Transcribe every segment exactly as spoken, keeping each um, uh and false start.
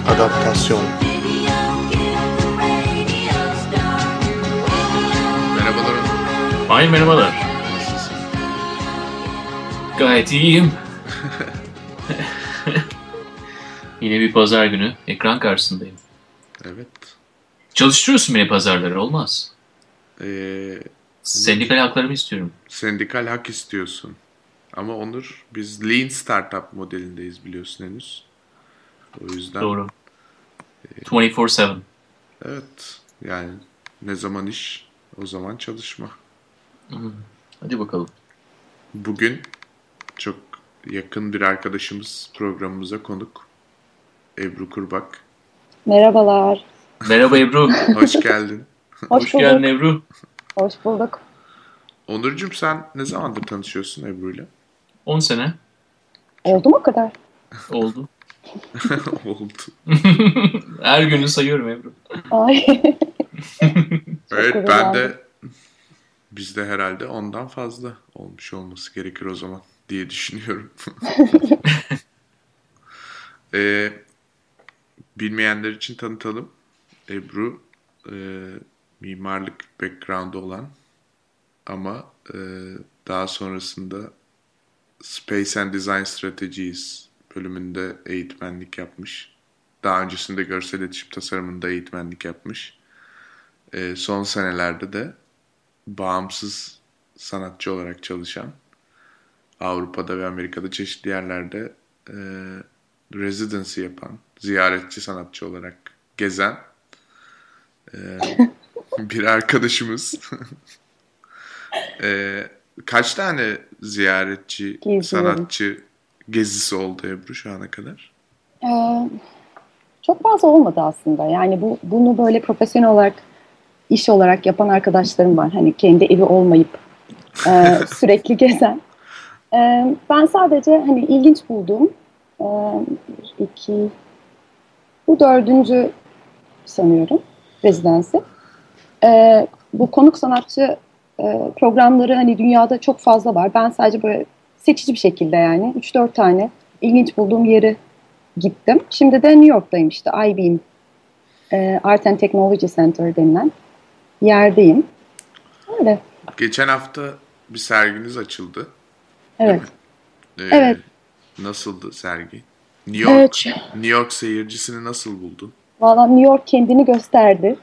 Adaptasyon. Merhabalar. Hayır, merhabalar. Gayet iyiyim. Yine bir pazar günü ekran karşısındayım. Evet. Çalıştırıyorsun beni pazarları, olmaz. Ee, Sendikal haklarımı istiyorum. Sendikal hak istiyorsun. Ama Onur, biz Lean Startup modelindeyiz biliyorsun henüz. O yüzden... Doğru. yirmi dört yedi. Evet. Yani ne zaman iş, o zaman çalışma. Hmm. Hadi bakalım. Bugün çok yakın bir arkadaşımız programımıza konuk. Ebru Kurbak. Merhabalar. Merhaba Ebru. Hoş geldin. Hoş, Hoş bulduk. geldin Ebru. Hoş bulduk. Onurcuğum, sen ne zamandır tanışıyorsun Ebru'yla? on sene Oldu mu o kadar? oldu. Oldu. Her günü sayıyorum Ebru. Ay. Evet, ben gururlandım. de bizde herhalde ondan fazla olmuş olması gerekir o zaman diye düşünüyorum. Ee, bilmeyenler için tanıtalım. Ebru e, mimarlık background'u olan ama e, daha sonrasında Space and Design Strategies bölümünde eğitmenlik yapmış. Daha öncesinde görsel iletişim tasarımında eğitmenlik yapmış. E, son senelerde de bağımsız sanatçı olarak çalışan, Avrupa'da ve Amerika'da çeşitli yerlerde e, residency yapan, ziyaretçi sanatçı olarak gezen e, bir arkadaşımız. e, kaç tane ziyaretçi Geziyorum. sanatçı gezisi oldu Ebru şu ana kadar? Ee, çok fazla olmadı aslında. Yani bu bunu böyle profesyonel olarak, iş olarak yapan arkadaşlarım var. Hani kendi evi olmayıp e, sürekli gezen. E, ben sadece hani ilginç bulduğum e, bir, iki, bu dördüncü sanıyorum rezidansı. E, bu konuk sanatçı e, programları hani dünyada çok fazla var. Ben sadece böyle seçici bir şekilde yani üç dört tane ilginç bulduğum yeri gittim. Şimdi de New York'tayım işte I B M e, Art and Technology Center denilen yerdeyim. Öyle. Geçen hafta bir serginiz açıldı. Evet. Ee, Evet. Nasıldı sergi? New York, Evet. New York seyircisini nasıl buldun? Valla New York kendini gösterdi.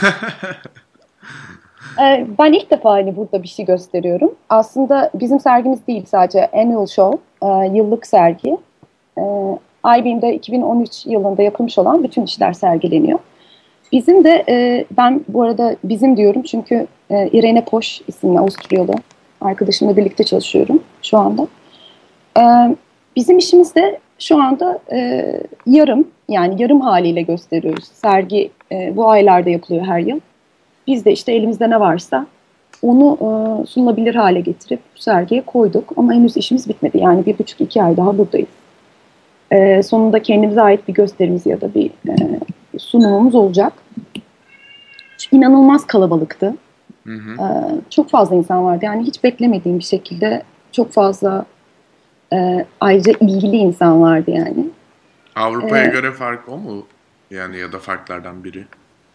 Ee, ben ilk defa hani burada bir şey gösteriyorum. Aslında bizim sergimiz değil, sadece annual show, e, yıllık sergi. E, I B M'de iki bin on üç yılında yapılmış olan bütün işler sergileniyor. Bizim de e, ben bu arada bizim diyorum çünkü e, Irene Poş isimli Avusturyalı arkadaşımla birlikte çalışıyorum şu anda. E, bizim işimiz de şu anda e, yarım, yani yarım haliyle gösteriyoruz. Sergi e, bu aylarda yapılıyor her yıl. Biz de işte elimizde ne varsa onu e, sunulabilir hale getirip sergiye koyduk. Ama henüz işimiz bitmedi. Yani bir buçuk iki ay daha buradayız. E, sonunda kendimize ait bir gösterimiz ya da bir e, sunumumuz olacak. İnanılmaz kalabalıktı. Hı hı. E, çok fazla insan vardı. Yani hiç beklemediğim bir şekilde çok fazla e, ayrıca ilgili insan vardı yani. Avrupa'ya Ee, göre fark o mu? Yani ya da farklardan biri.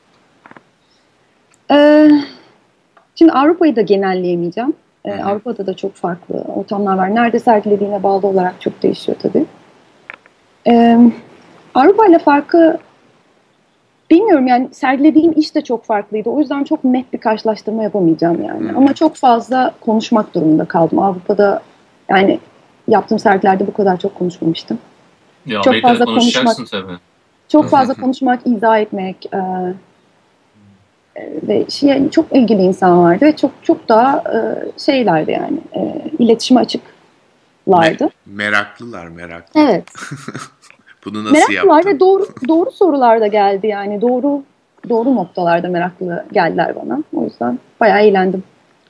e, şimdi Avrupa'yı da genelleyemeyeceğim. E, Hı hı. Avrupa'da da çok farklı ortamlar var. Nerede sergilediğine bağlı olarak çok değişiyor tabii. E, Avrupa ile farkı bilmiyorum, yani sergilediğim iş de çok farklıydı. O yüzden çok net bir karşılaştırma yapamayacağım yani. Hı. Ama çok fazla konuşmak durumunda kaldım. Avrupa'da yani yaptığım sergilerde bu kadar çok konuşmamıştım. Ya Çok Amerika'da fazla konuşacaksın konuşmak, tabii. çok fazla konuşmak, izah etmek e, e, ve şey, çok ilgili insan vardı ve çok çok daha e, şeylerdi yani, e, iletişime açıklardı. Me- meraklılar meraklı. Evet. Bunu nasıl Meraklılar yaptın? ve doğru doğru sorular da geldi yani, doğru doğru noktalarda meraklı geldiler bana. O yüzden bayağı eğlendim.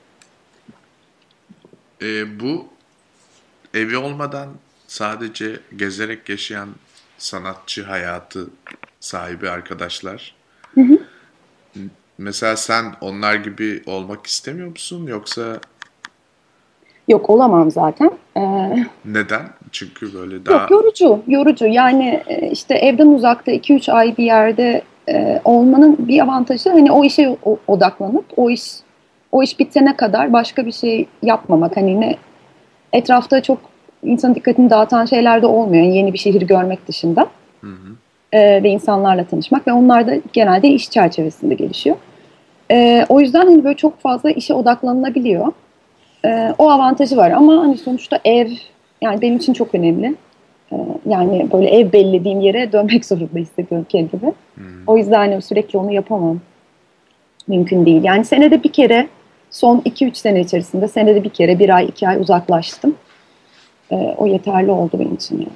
Ee, bu evi olmadan sadece gezerek yaşayan sanatçı hayatı sahibi arkadaşlar. Hı hı. Mesela sen onlar gibi olmak istemiyor musun? Yoksa Yok, olamam zaten. Ee, neden? Çünkü böyle daha... Yok, yorucu, yorucu. Yani e, işte evden uzakta iki üç ay bir yerde e, olmanın bir avantajı hani o işe o- odaklanıp o iş o iş bitene kadar başka bir şey yapmamak. Hani ne etrafta çok insan dikkatini dağıtan şeyler de olmuyor. Yani yeni bir şehir görmek dışında Hı hı. e, ve insanlarla tanışmak ve onlar da genelde iş çerçevesinde gelişiyor. E, o yüzden hani böyle çok fazla işe odaklanılabiliyor. E, o avantajı var ama hani sonuçta ev yani benim için çok önemli. E, yani böyle ev bellediğim yere dönmek zorunda hissediyorum kendimi. Hı hı. O yüzden hani sürekli onu yapamam. Mümkün değil. Yani senede bir kere son iki üç sene içerisinde senede bir kere bir ay iki ay uzaklaştım. E, o yeterli oldu benim için yani.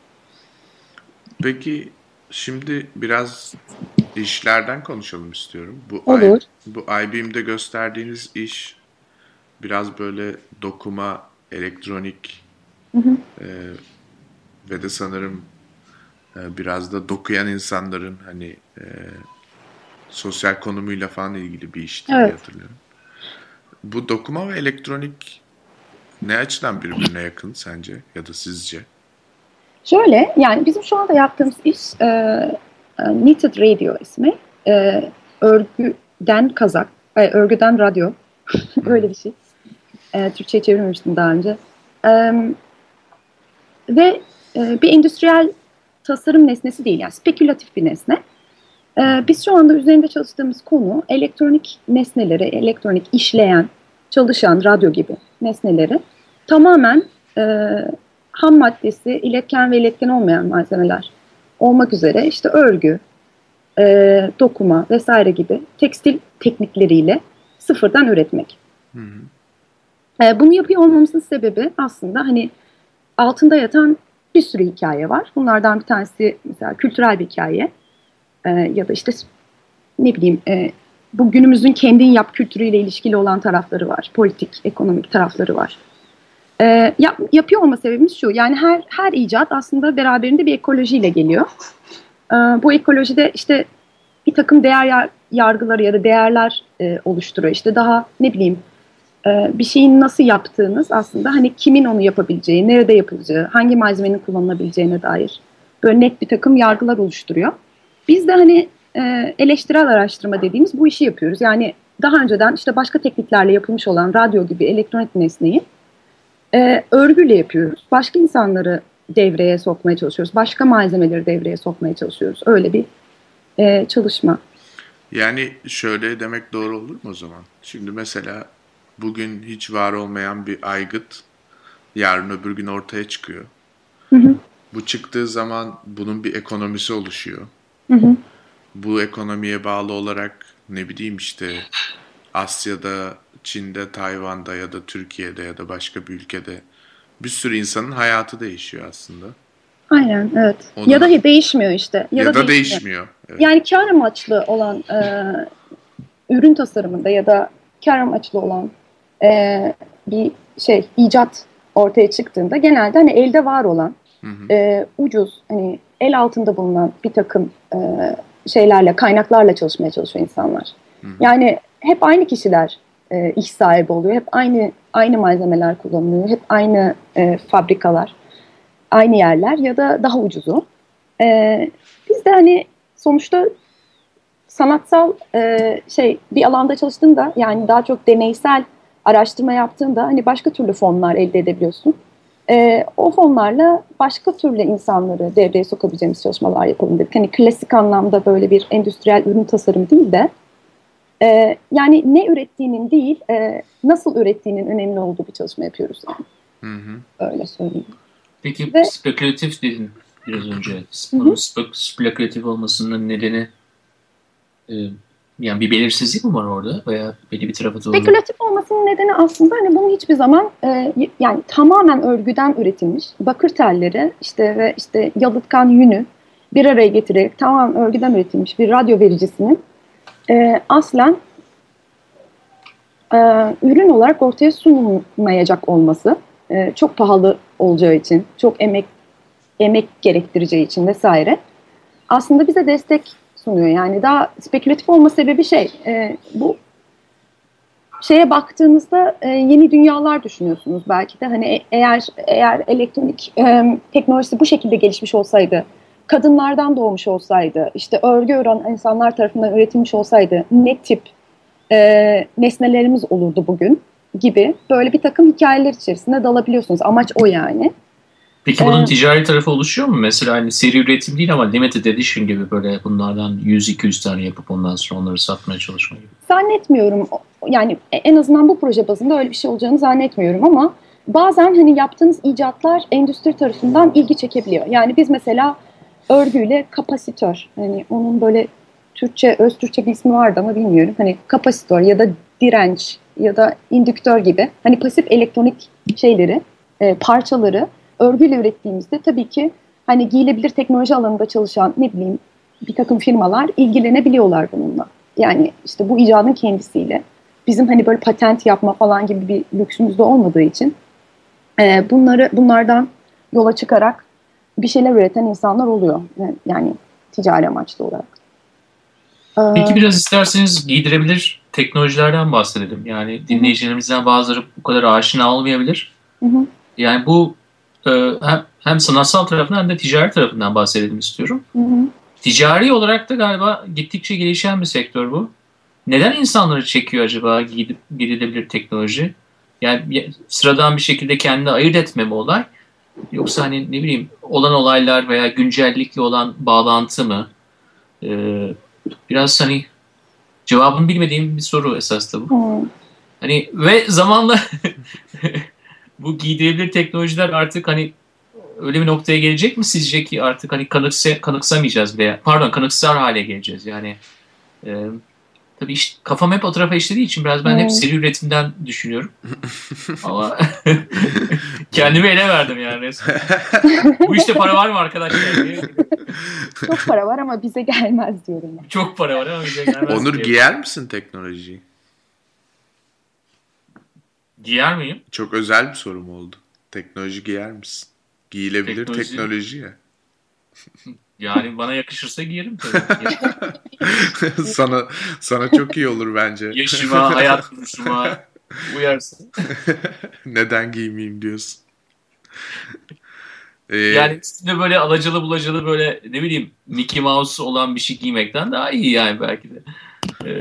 Peki şimdi biraz işlerden konuşalım istiyorum. Bu I, Olur. bu I B M'de gösterdiğiniz iş biraz böyle dokuma, elektronik Hı hı. e, ve de sanırım e, biraz da dokuyan insanların hani e, sosyal konumuyla falan ilgili bir işti diye Evet. hatırlıyorum. Bu dokuma ve elektronik ne açıdan birbirine yakın sence ya da sizce? Şöyle yani bizim şu anda yaptığımız iş e, e, Knitted Radio ismi. E, örgüden kazak, e, örgüden radyo. Hı hı. Öyle bir şey. E, Türkçe'ye çevirmemiştim daha önce. E, ve e, bir endüstriyel tasarım nesnesi değil yani spekülatif bir nesne. E, biz şu anda üzerinde çalıştığımız konu elektronik nesneleri, elektronik işleyen, çalışan radyo gibi nesneleri tamamen e, ham maddesi iletken ve iletken olmayan malzemeler olmak üzere işte örgü, e, dokuma vesaire gibi tekstil teknikleriyle sıfırdan üretmek. Hı hı. E, bunu yapıyor olmamızın sebebi aslında hani altında yatan bir sürü hikaye var. Bunlardan bir tanesi mesela kültürel bir hikaye e, ya da işte ne bileyim e, bu günümüzün kendin yap kültürüyle ilişkili olan tarafları var. Politik, ekonomik tarafları var. E, yap, yapıyor olma sebebimiz şu yani her her icat aslında beraberinde bir ekolojiyle geliyor. E, bu ekolojide işte bir takım değer yar- yargıları ya da değerler e, oluşturuyor. İşte daha ne bileyim e, bir şeyin nasıl yaptığınız aslında hani kimin onu yapabileceği, nerede yapılacağı, hangi malzemenin kullanılabileceğine dair böyle net bir takım yargılar oluşturuyor. Biz de hani e, eleştirel araştırma dediğimiz bu işi yapıyoruz. Yani daha önceden işte başka tekniklerle yapılmış olan radyo gibi elektronik nesneyi e, örgüyle yapıyoruz. Başka insanları devreye sokmaya çalışıyoruz. Başka malzemeleri devreye sokmaya çalışıyoruz. Öyle bir e, çalışma. Yani şöyle demek doğru olur mu o zaman? Şimdi mesela bugün hiç var olmayan bir aygıt yarın öbür gün ortaya çıkıyor. Hı hı, Bu çıktığı zaman bunun bir ekonomisi oluşuyor. hı hı. Bu ekonomiye bağlı olarak ne bileyim işte Asya'da, Çin'de, Tayvan'da ya da Türkiye'de ya da başka bir ülkede bir sürü insanın hayatı değişiyor aslında. Aynen, evet. Ya Onun da değişmiyor işte. Ya ya da da değişmiyor. değişmiyor. Evet. Yani kar amaçlı olan e, ürün tasarımında ya da kar amaçlı olan e, bir şey icat ortaya çıktığında genelde hani elde var olan Hı hı. e, ucuz hani el altında bulunan bir takım e, şeylerle kaynaklarla çalışmaya çalışıyor insanlar. Hı hı. Yani hep aynı kişiler e, iş sahibi oluyor. Hep aynı aynı malzemeler kullanılıyor. Hep aynı e, fabrikalar, aynı yerler ya da daha ucuzu. E, biz de hani sonuçta sanatsal e, şey bir alanda çalıştığında yani daha çok deneysel araştırma yaptığında hani başka türlü fonlar elde edebiliyorsun. E, o fonlarla başka türlü insanları devreye sokabileceğimiz çalışmalar yapalım dedik. Hani klasik anlamda böyle bir endüstriyel ürün tasarımı değil de e, yani ne ürettiğinin değil e, nasıl ürettiğinin önemli olduğu bir çalışma yapıyoruz yani. Hı hı. Öyle söyleyeyim. Peki Ve spekülatif dedin biraz önce. hı Bunun hı. spe- spekülatif olmasının nedeni e, yani bir belirsizlik mi var orada veya belli bir tarafa doğru? Spekülatif olmasının nedeni aslında hani bunu hiçbir zaman e, yani tamamen örgüden üretilmiş bakır telleri işte ve işte yalıtkan yünü bir araya getirerek tamamen örgüden üretilmiş bir radyo vericisinin e, aslen e, ürün olarak ortaya sunulmayacak olması e, çok pahalı olacağı için çok emek emek gerektireceği için vesaire aslında bize destek sunuyor. Yani daha spekülatif olma sebebi şey e, bu şeye baktığınızda e, yeni dünyalar düşünüyorsunuz belki de. Hani e- eğer eğer elektronik e, teknolojisi bu şekilde gelişmiş olsaydı, kadınlardan doğmuş olsaydı, işte örgü ören insanlar tarafından üretilmiş olsaydı ne tip e, nesnelerimiz olurdu bugün gibi böyle bir takım hikayeler içerisinde dalabiliyorsunuz. Amaç o yani. Peki bunun Ee, ticari tarafı oluşuyor mu? Mesela hani seri üretim değil ama limited edition gibi böyle bunlardan yüz iki yüz tane yapıp ondan sonra onları satmaya çalışma gibi. Zannetmiyorum. Yani en azından bu proje bazında öyle bir şey olacağını zannetmiyorum ama bazen hani yaptığınız icatlar endüstri tarafından ilgi çekebiliyor. Yani biz mesela örgüyle kapasitör, hani onun böyle Türkçe, öz Türkçe bir ismi vardı ama bilmiyorum. Hani kapasitör ya da direnç ya da indüktör gibi hani pasif elektronik şeyleri, e, parçaları örgüyle ürettiğimizde tabii ki hani giyilebilir teknoloji alanında çalışan ne bileyim bir takım firmalar ilgilenebiliyorlar bununla. Yani işte bu icadın kendisiyle. Bizim hani böyle patent yapma falan gibi bir lüksümüz de olmadığı için e, bunları bunlardan yola çıkarak bir şeyler üreten insanlar oluyor. Yani ticari amaçlı olarak. Peki Ee, biraz isterseniz giydirebilir teknolojilerden bahsedelim. Yani hı hı, dinleyicilerimizden bazıları bu kadar aşina olmayabilir. hı hı, Yani bu e, hem, hem sanatsal tarafından hem de ticari tarafından bahsedelim istiyorum. hı hı. Ticari olarak da galiba gittikçe gelişen bir sektör bu. Neden insanları çekiyor acaba gidip gidilebilir teknoloji? Yani sıradan bir şekilde kendini ayırt etme mi olay? Yoksa hani ne bileyim olan olaylar veya güncellikle olan bağlantı mı? Ee, biraz hani cevabını bilmediğim bir soru esas da bu. Hı. Hani ve zamanla bu giydirilebilir teknolojiler artık hani öyle bir noktaya gelecek mi sizce ki artık hani kanıksa, kanıksamayacağız bile. Pardon kanıksar hale geleceğiz yani. E, tabii iş, kafam hep o tarafa işlediği için biraz ben hep Hı. seri üretimden düşünüyorum. Ama kendimi ele verdim yani resmen. Bu işte para var mı arkadaşlar diye. Çok para var ama bize gelmez diyorum ben. Çok para var ama bize gelmez Onur diye. giyer misin teknolojiyi? Giyer miyim? Çok özel bir sorum oldu. Teknoloji giyer misin? Giyilebilir Teknoloji. teknoloji ya. Yani bana yakışırsa giyerim tabii. Sana sana çok iyi olur bence. Yaşıma, hayat duruşuma uyarsın. Neden giymeyeyim diyorsun. Yani Ee, üstünde böyle alacalı bulacalı böyle ne bileyim Mickey Mouse olan bir şey giymekten daha iyi yani belki de. Evet.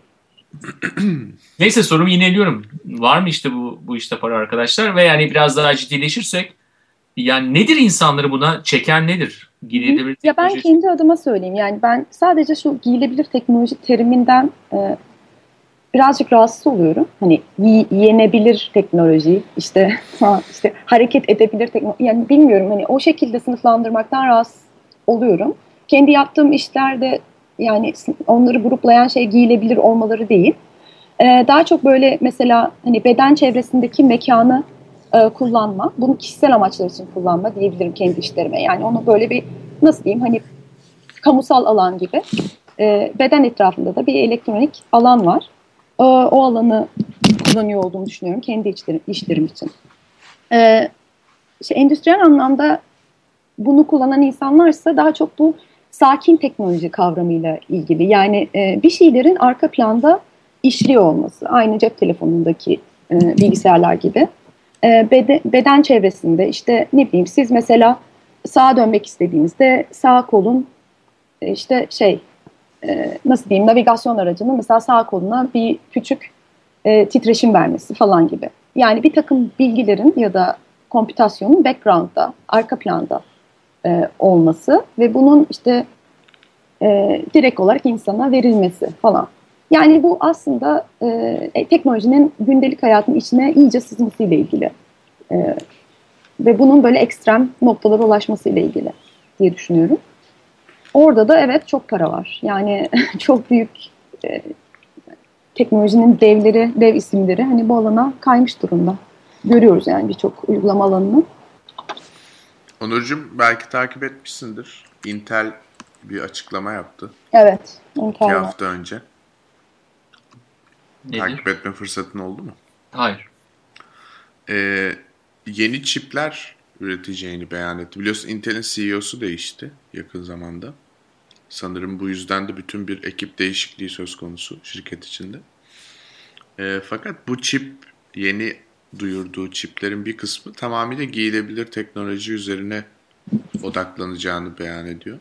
Neyse sorumu yineliyorum. Var mı işte bu bu işte para arkadaşlar ve yani biraz daha ciddileşirsek yani nedir insanları buna çeken nedir? Hı hı. Giyilebilir Ya ben teknoloji. kendi adıma söyleyeyim. Yani ben sadece şu giyilebilir teknoloji teriminden e, birazcık rahatsız oluyorum. Hani y- yenebilir teknoloji, işte ha, işte hareket edebilir teknoloji. Yani bilmiyorum hani o şekilde sınıflandırmaktan rahatsız oluyorum. Kendi yaptığım işlerde yani onları gruplayan şey giyilebilir olmaları değil. Ee, daha çok böyle mesela hani beden çevresindeki mekanı e, kullanma, bunu kişisel amaçlar için kullanma diyebilirim kendi işlerime. Yani onu böyle bir nasıl diyeyim hani kamusal alan gibi e, beden etrafında da bir elektronik alan var. E, o alanı kullanıyor olduğumu düşünüyorum kendi işlerim, işlerim için. E, işte endüstriyel anlamda bunu kullanan insanlarsa daha çok bu sakin teknoloji kavramıyla ilgili. Yani e, bir şeylerin arka planda işliyor olması. Aynı cep telefonundaki e, bilgisayarlar gibi. E, bede, beden çevresinde işte ne bileyim siz mesela sağa dönmek istediğinizde sağ kolun e, işte şey e, nasıl diyeyim navigasyon aracının mesela sağ koluna bir küçük e, titreşim vermesi falan gibi. Yani bir takım bilgilerin ya da kompütasyonun background'da, arka planda e, olması ve bunun işte e, direkt olarak insana verilmesi falan. Yani bu aslında e, teknolojinin gündelik hayatın içine iyice sızmasıyla ilgili e, ve bunun böyle ekstrem noktalara ulaşmasıyla ilgili diye düşünüyorum. Orada da evet çok para var. Yani çok büyük e, teknolojinin devleri, dev isimleri hani bu alana kaymış durumda. Görüyoruz yani birçok uygulama alanını. Onurcuğum belki takip etmişsindir. Intel bir açıklama yaptı. Evet, iki Intel var. hafta önce. Takip Nedir? etme fırsatın oldu mu? Hayır. Ee, yeni çipler üreteceğini beyan etti. Biliyorsun Intel'in C E O'su değişti yakın zamanda. Sanırım bu yüzden de bütün bir ekip değişikliği söz konusu şirket içinde. E, fakat bu çip, yeni duyurduğu çiplerin bir kısmı tamamıyla giyilebilir teknoloji üzerine odaklanacağını beyan ediyor.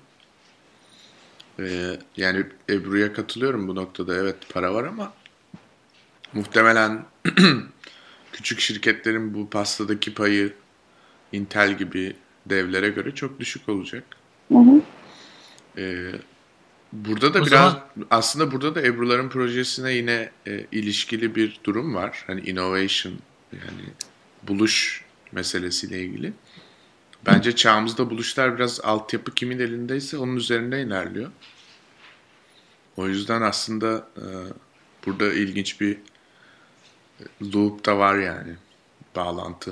E, yani Ebru'ya katılıyorum bu noktada. Evet, para var ama muhtemelen küçük şirketlerin bu pastadaki payı Intel gibi devlere göre çok düşük olacak. Hı hı. E, Burada da O biraz zaman aslında burada da Ebru'ların projesine yine e, ilişkili bir durum var. Hani innovation, yani buluş meselesiyle ilgili. Bence çağımızda buluşlar biraz altyapı kimin elindeyse onun üzerinde ilerliyor. O yüzden aslında e, burada ilginç bir loop da var, yani bağlantı.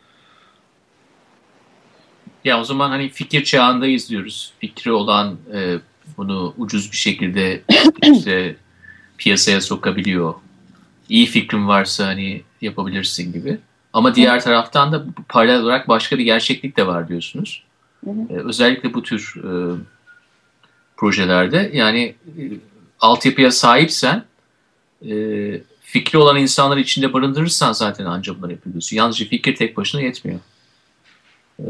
ya o zaman hani fikir çağındayız diyoruz. Fikri olan e, bunu ucuz bir şekilde işte piyasaya sokabiliyor. İyi fikrin varsa hani yapabilirsin gibi. Ama diğer taraftan da paralel olarak başka bir gerçeklik de var diyorsunuz. Hı hı. E, özellikle bu tür e, projelerde yani e, altyapıya sahipsen e, fikri olan insanları içinde barındırırsan zaten anca bunları yapabiliyorsun. Yalnızca fikir tek başına yetmiyor. E,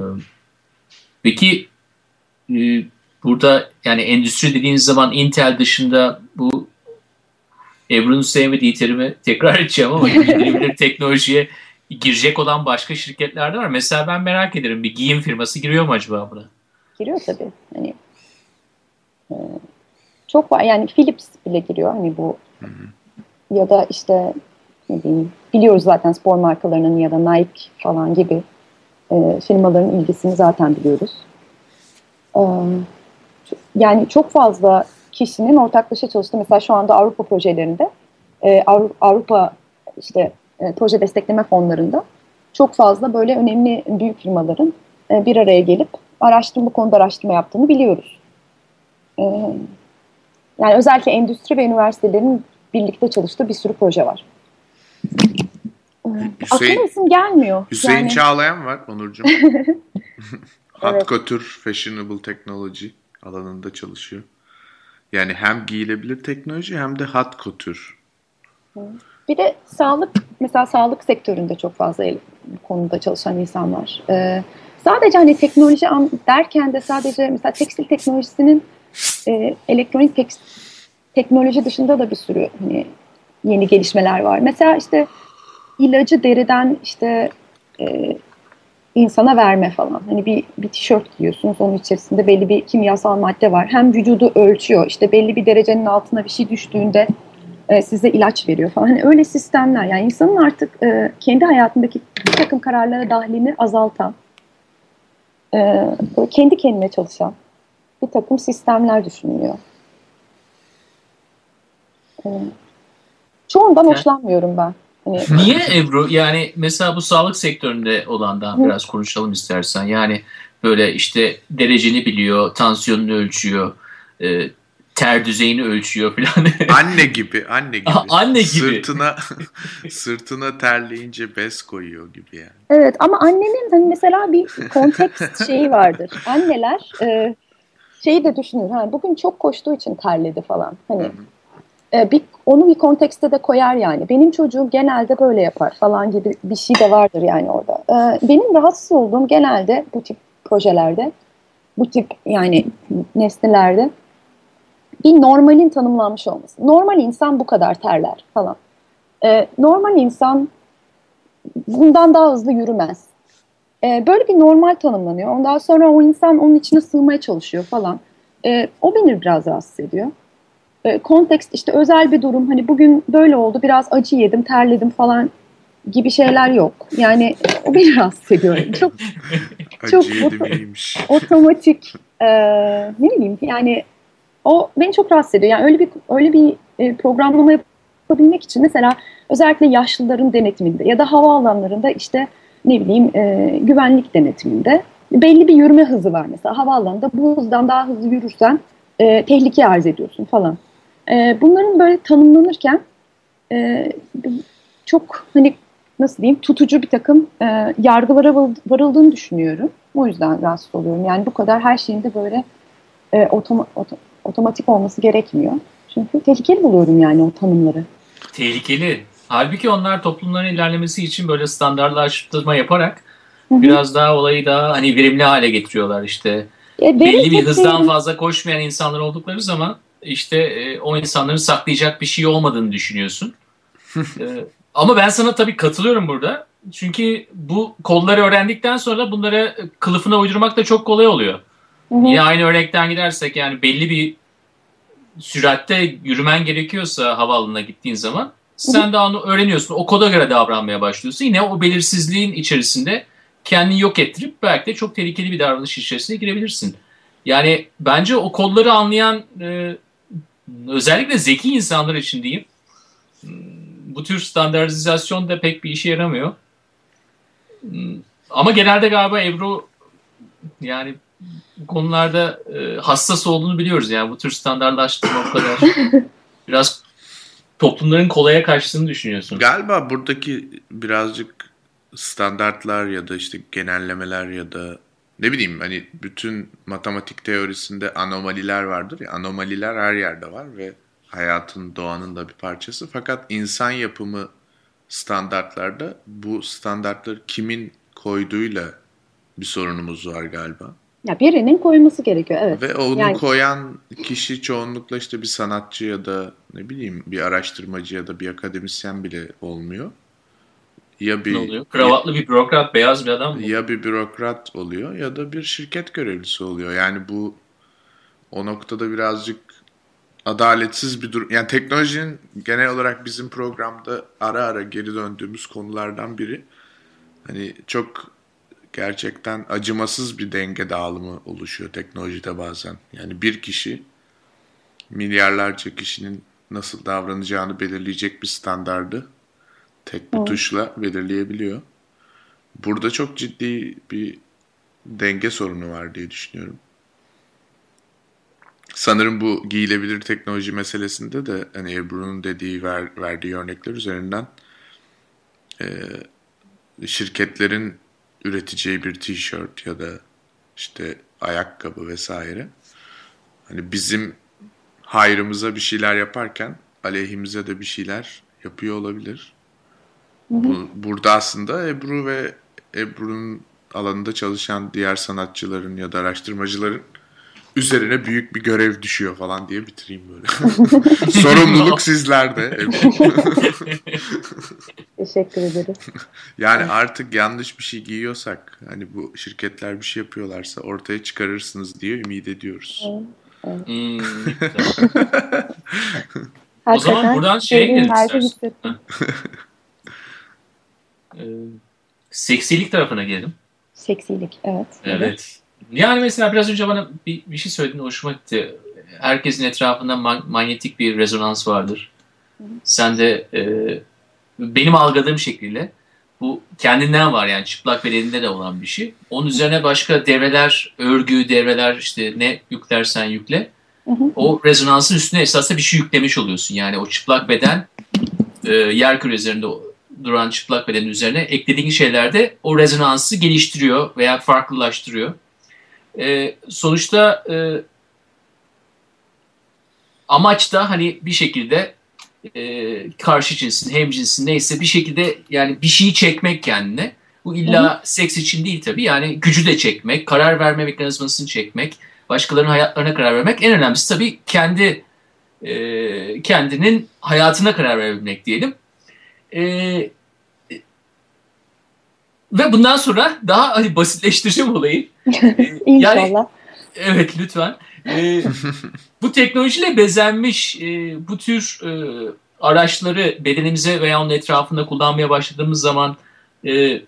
peki e, burada yani endüstri dediğiniz zaman Intel dışında bu Ebru'nun sevmediği terimi tekrar edeceğim ama giyilebilir teknolojiye girecek olan başka şirketler de var. Mesela ben merak ederim, bir giyim firması giriyor mu acaba buna? Giriyor tabii. Hani e, çok var. Yani Philips bile giriyor. Hani bu Hı hı. ya da işte ne diyeyim, biliyoruz zaten spor markalarının ya da Nike falan gibi e, firmaların ilgisini zaten biliyoruz. E, Yani çok fazla kişinin ortaklaşa çalıştığı, mesela şu anda Avrupa projelerinde e, Avru- Avrupa işte e, proje destekleme fonlarında çok fazla böyle önemli büyük firmaların e, bir araya gelip araştırma, bu konuda araştırma yaptığını biliyoruz. E, Yani özellikle endüstri ve üniversitelerin birlikte çalıştığı bir sürü proje var. E, Aklıma Hüseyin isim gelmiyor. Hüseyin Yani Çağlayan var Onurcuğum. Hot evet. couture, fashionable technology alanında çalışıyor. Yani hem giyilebilir teknoloji hem de hot couture. Bir de sağlık, mesela sağlık sektöründe çok fazla el- bu konuda çalışan insan var. Ee, sadece hani teknoloji an- derken de sadece mesela tekstil teknolojisinin e, elektronik tek- teknoloji dışında da bir sürü hani yeni gelişmeler var. Mesela işte ilacı deriden işte e, insana verme falan. Hani bir, bir tişört giyiyorsunuz, onun içerisinde belli bir kimyasal madde var. Hem vücudu ölçüyor, işte belli bir derecenin altına bir şey düştüğünde e, size ilaç veriyor falan. Hani öyle sistemler, yani insanın artık e, kendi hayatındaki bir takım kararlara dahlini azaltan, e, böyle kendi kendine çalışan bir takım sistemler düşünülüyor. E, Çoğundan Yani hoşlanmıyorum ben. Hani niye Ebru? Yani mesela bu sağlık sektöründe olandan hı, biraz konuşalım istersen. Yani böyle işte dereceni biliyor, tansiyonunu ölçüyor, e, ter düzeyini ölçüyor falan. Anne gibi, anne gibi. Anne gibi. Sırtına sırtına terleyince bez koyuyor gibi yani. evet, ama annenin hani mesela bir kontekst şeyi vardır. Anneler e, şeyi de düşünür. Ha, bugün çok koştuğu için terledi falan. Hı Hani hı. e, bir, onu bir kontekste de koyar yani. Benim çocuğum genelde böyle yapar falan gibi bir şey de vardır yani orada. E, benim rahatsız olduğum genelde bu tip projelerde, bu tip yani nesnelerde bir normalin tanımlanmış olması. Normal insan bu kadar terler falan. E, normal insan bundan daha hızlı yürümez. E, böyle bir normal tanımlanıyor. Ondan sonra o insan onun içine sığmaya çalışıyor falan. E, o beni biraz rahatsız ediyor. E, kontekst işte özel bir durum. Hani bugün böyle oldu, biraz acı yedim, terledim falan gibi şeyler yok. Yani o beni rahatsız ediyor. Çok Acı çok yedim ot- iyiymiş. otomatik, e, ne bileyim yani o beni çok rahatsız ediyor. Yani öyle bir öyle bir e, programlama yapabilmek için mesela özellikle yaşlıların denetiminde ya da havaalanlarında işte ne bileyim e, güvenlik denetiminde belli bir yürüme hızı var mesela. Havaalanında bu hızdan daha hızlı yürürsen e, tehlike arz ediyorsun falan. E, bunların böyle tanımlanırken e, çok hani nasıl diyeyim tutucu bir takım e, yargılara varıldığını düşünüyorum. O yüzden rahatsız oluyorum. Yani bu kadar her şeyin de böyle e, otoma, oto, otomatik olması gerekmiyor. Çünkü tehlikeli buluyorum yani o tanımları. Tehlikeli. Halbuki onlar toplumların ilerlemesi için böyle standartlaştırma yaparak Hı-hı. biraz daha olayı daha hani verimli hale getiriyorlar işte. E, belli bir hızdan değil. Fazla koşmayan insanlar oldukları zaman işte e, o insanların saklayacak bir şey olmadığını düşünüyorsun. e, ama ben sana tabii katılıyorum burada. Çünkü bu kodları öğrendikten sonra bunları kılıfına uydurmak da çok kolay oluyor. Hı-hı. Yine aynı örnekten gidersek yani belli bir süratte yürümen gerekiyorsa havaalanına gittiğin zaman sen de onu öğreniyorsun. O koda göre davranmaya başlıyorsun. Yine o belirsizliğin içerisinde kendini yok ettirip belki de çok tehlikeli bir davranış içerisine girebilirsin. Yani bence o kodları anlayan e, özellikle zeki insanlar için diyeyim bu tür standartizasyon da pek bir işe yaramıyor. Ama genelde galiba Ebru yani bu konularda e, hassas olduğunu biliyoruz. Yani bu tür standartlaştırma o kadar biraz toplumların kolaya kaçtığını düşünüyorsun. Galiba buradaki birazcık standartlar ya da işte genellemeler ya da ne bileyim hani bütün matematik teorisinde anomaliler vardır ya, anomaliler her yerde var ve hayatın, doğanın da bir parçası. Fakat insan yapımı standartlarda bu standartları kimin koyduğuyla bir sorunumuz var galiba. Ya birinin koyması gerekiyor, evet. Ve onu yani... koyan kişi çoğunlukla işte bir sanatçı ya da ne bileyim bir araştırmacı ya da bir akademisyen bile olmuyor. Ya bir ne oluyor? Kravatlı ya, bir bürokrat, beyaz bir adam mı? Ya bir bürokrat oluyor ya da bir şirket görevlisi oluyor. Yani bu o noktada birazcık adaletsiz bir durum. Yani teknolojinin genel olarak bizim programda ara ara geri döndüğümüz konulardan biri. Hani çok gerçekten acımasız bir denge dağılımı oluşuyor teknolojide bazen. Yani bir kişi milyarlarca kişinin nasıl davranacağını belirleyecek bir standardı tek bir evet. tuşla belirleyebiliyor. Burada çok ciddi bir denge sorunu var diye düşünüyorum. Sanırım bu giyilebilir teknoloji meselesinde de hani Ebru'nun dediği ver, verdiği örnekler üzerinden e, şirketlerin üreteceği bir tişört ya da işte ayakkabı vesaire hani bizim hayrımıza bir şeyler yaparken aleyhimize de bir şeyler yapıyor olabilir. Hı hı. Bu, burada aslında Ebru ve Ebru'nun alanında çalışan diğer sanatçıların ya da araştırmacıların üzerine büyük bir görev düşüyor falan diye bitireyim böyle. Sorumluluk sizlerde. Teşekkür ederiz. Yani artık yanlış bir şey giyiyorsak hani bu şirketler bir şey yapıyorlarsa ortaya çıkarırsınız diye ümit ediyoruz. Evet. Evet. Hmm, o zaman buradan şeye gidelim istersen. ee, seksilik tarafına gelelim. Seksilik, evet. Evet. Evet. Yani mesela biraz önce bana bir, bir şey söyledin, hoşuma gitti. Herkesin etrafında man- manyetik bir rezonans vardır. Hı. Sen de e, benim algıladığım şekliyle bu kendinden var yani çıplak bedeninde de olan bir şey. Onun üzerine başka devreler, örgü devreler işte ne yüklersen yükle. Hı hı. O rezonansın üstüne esasında bir şey yüklemiş oluyorsun. Yani o çıplak beden e, yerküre üzerinde duran çıplak bedenin üzerine eklediğin şeyler de o rezonansı geliştiriyor veya farklılaştırıyor. E, sonuçta e, amaç da hani bir şekilde e, karşı cinsin, hemcinsin neyse bir şekilde yani bir şeyi çekmek kendine. Bu illa Hı-hı. seks için değil tabii yani gücü de çekmek, karar verme mekanizmasını çekmek, başkalarının hayatlarına karar vermek. En önemlisi tabii kendi e, kendinin hayatına karar verebilmek diyelim. E, ve bundan sonra daha hani basitleştireceğim olayı. İnşallah. Yani, evet lütfen. E, bu teknolojiyle bezenmiş e, bu tür e, araçları bedenimize veya onun etrafında kullanmaya başladığımız zaman e,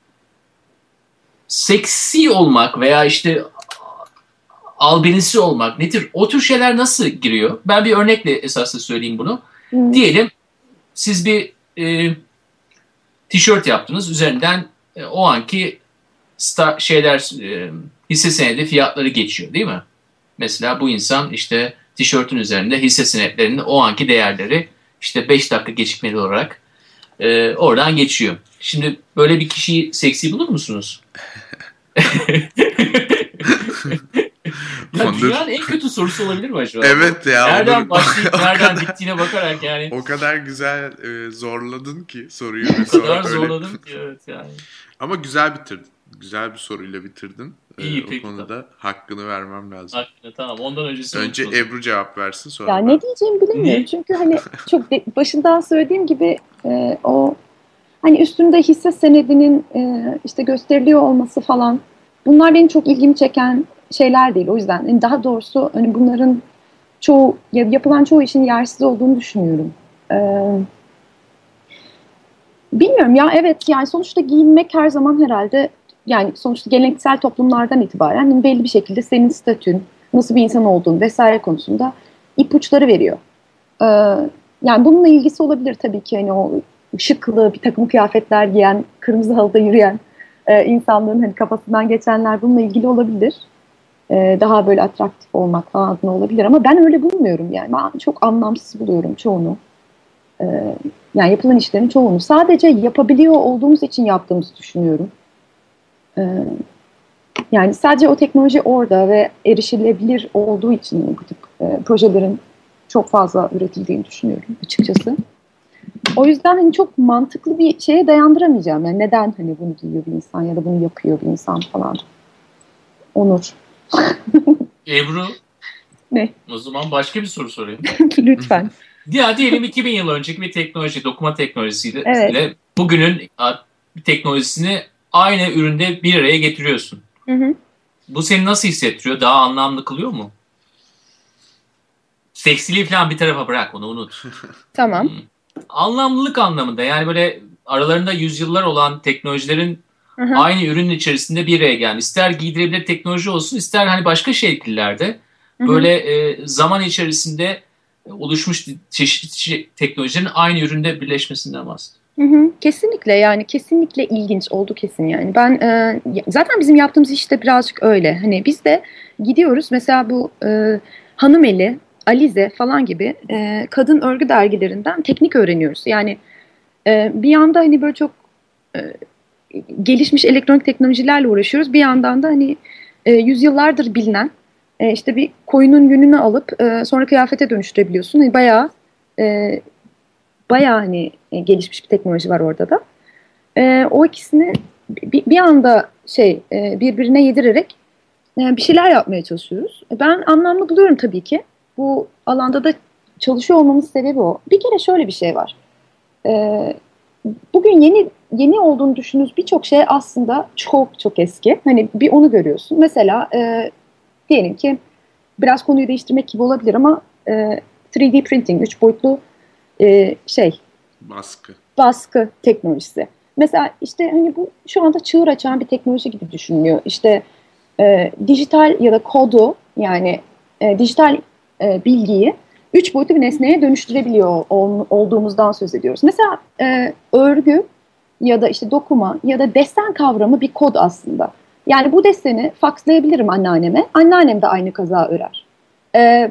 seksi olmak veya işte albenisi olmak nedir? O tür şeyler nasıl giriyor? Ben bir örnekle esasında söyleyeyim bunu. Hmm. Diyelim siz bir e, tişört yaptınız. Üzerinden e, o anki star, şeyler e, hisse senedi fiyatları geçiyor değil mi? Mesela bu insan işte tişörtün üzerinde hisse senetlerinin o anki değerleri işte beş dakika gecikmeli olarak e, oradan geçiyor. Şimdi böyle bir kişiyi seksi bulur musunuz? Ya dünyanın en kötü sorusu olabilir mi acaba? Evet ya. Nereden olur. başlayıp O nereden kadar- bittiğine bakarak yani. O kadar güzel e, zorladın ki soruyu ve O sonra kadar öyle. zorladım ki evet yani. Ama güzel bitirdin. Güzel bir soruyla bitirdin. E, İyi o peki konuda hakkını vermem lazım. Hakkında tamam. Ondan öncesi Önce unutmadım. Ebru cevap versin sonra Ya ben. ne diyeceğimi bilemiyorum. Ne? Çünkü hani çok de- başından söylediğim gibi e, o hani üstünde hisse senedinin e, işte gösteriliyor olması falan, bunlar benim çok ilgimi çeken şeyler değil. O yüzden yani daha doğrusu hani bunların çoğu ya- yapılan çoğu işin yersiz olduğunu düşünüyorum. E, bilmiyorum ya, evet yani sonuçta giyinmek her zaman herhalde, yani sonuçta geleneksel toplumlardan itibaren hani belli bir şekilde senin statün, nasıl bir insan olduğun vesaire konusunda ipuçları veriyor. Ee, yani bununla ilgisi olabilir tabii ki, hani o şıklı bir takım kıyafetler giyen, kırmızı halıda yürüyen e, insanların hani kafasından geçenler bununla ilgili olabilir. Ee, daha böyle atraktif olmak falan adına olabilir ama ben öyle bulmuyorum yani. Ben çok anlamsız buluyorum çoğunu. Ee, yani yapılan işlerin çoğunu. Sadece yapabiliyor olduğumuz için yaptığımızı düşünüyorum. Ee, yani sadece o teknoloji orada ve erişilebilir olduğu için bu tip e, projelerin çok fazla üretildiğini düşünüyorum açıkçası. O yüzden hani çok mantıklı bir şeye dayandıramayacağım. Yani neden hani bunu giyiyor bir insan ya da bunu yapıyor bir insan falan. Onur. Ebru Ne? o zaman başka bir soru sorayım. Lütfen. Ya diyelim iki bin yıl önceki bir teknoloji, dokuma teknolojisiyle Evet. ile bugünün a, bir teknolojisini aynı üründe bir araya getiriyorsun. Hı hı. Bu seni nasıl hissettiriyor? Daha anlamlı kılıyor mu? Seksiliği falan bir tarafa bırak, onu unut. Tamam. Hmm. Anlamlılık anlamında yani böyle aralarında yüzyıllar olan teknolojilerin Hı hı. aynı ürünün içerisinde bir araya gelmesi. İster giydirebilir teknoloji olsun, ister hani başka şekillerde Hı hı. böyle e, zaman içerisinde oluşmuş çeşitli teknolojilerin aynı üründe birleşmesinden bahsediyor. Hı hı, kesinlikle, yani kesinlikle ilginç oldu kesin yani. Ben e, zaten bizim yaptığımız işte birazcık öyle. Hani biz de gidiyoruz mesela bu e, Hanımeli, Alize falan gibi e, kadın örgü dergilerinden teknik öğreniyoruz. Yani e, bir yanda hani böyle çok e, gelişmiş elektronik teknolojilerle uğraşıyoruz. Bir yandan da hani e, yüzyıllardır bilinen e, işte bir koyunun yününü alıp e, sonra kıyafete dönüştürebiliyorsun. Hani bayağı e, bayağı hani e, gelişmiş bir teknoloji var orada da. E, o ikisini bir, bir anda şey e, birbirine yedirerek e, bir şeyler yapmaya çalışıyoruz. E, ben anlamlı buluyorum tabii ki. Bu alanda da çalışıyor olmamın sebebi o. Bir kere şöyle bir şey var. E, bugün yeni yeni olduğunu düşündüğünüz birçok şey aslında çok çok eski. Hani bir onu görüyorsun. Mesela e, diyelim ki biraz konuyu değiştirmek gibi olabilir ama e, üç D printing, üç boyutlu e, şey Baskı. baskı teknolojisi. Mesela işte hani bu şu anda çığır açan bir teknoloji gibi düşünülüyor. İşte e, dijital ya da kodu, yani e, dijital e, bilgiyi üç boyutlu bir nesneye dönüştürebiliyor ol, olduğumuzdan söz ediyoruz. Mesela e, örgü ya da işte dokuma ya da desen kavramı bir kod aslında. Yani bu deseni fakslayabilirim anneanneme. Anneannem de aynı kaza örer. E,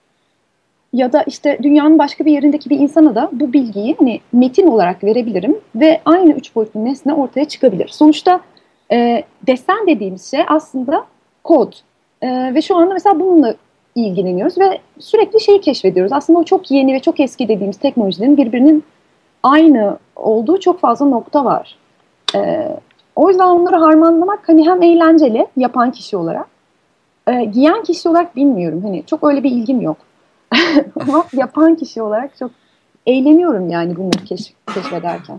ya da işte dünyanın başka bir yerindeki bir insana da bu bilgiyi hani metin olarak verebilirim ve aynı üç boyutlu nesne ortaya çıkabilir. Sonuçta e, desen dediğimiz şey aslında kod. E, ve şu anda mesela bununla ilgileniyoruz ve sürekli şeyi keşfediyoruz. Aslında o çok yeni ve çok eski dediğimiz teknolojilerin birbirinin aynı olduğu çok fazla nokta var. E, o yüzden onları harmanlamak hani hem eğlenceli yapan kişi olarak, e, giyen kişi olarak bilmiyorum. Hani çok öyle bir ilgim yok. Ama yapan kişi olarak çok eğleniyorum yani bunları keşf keşfederken.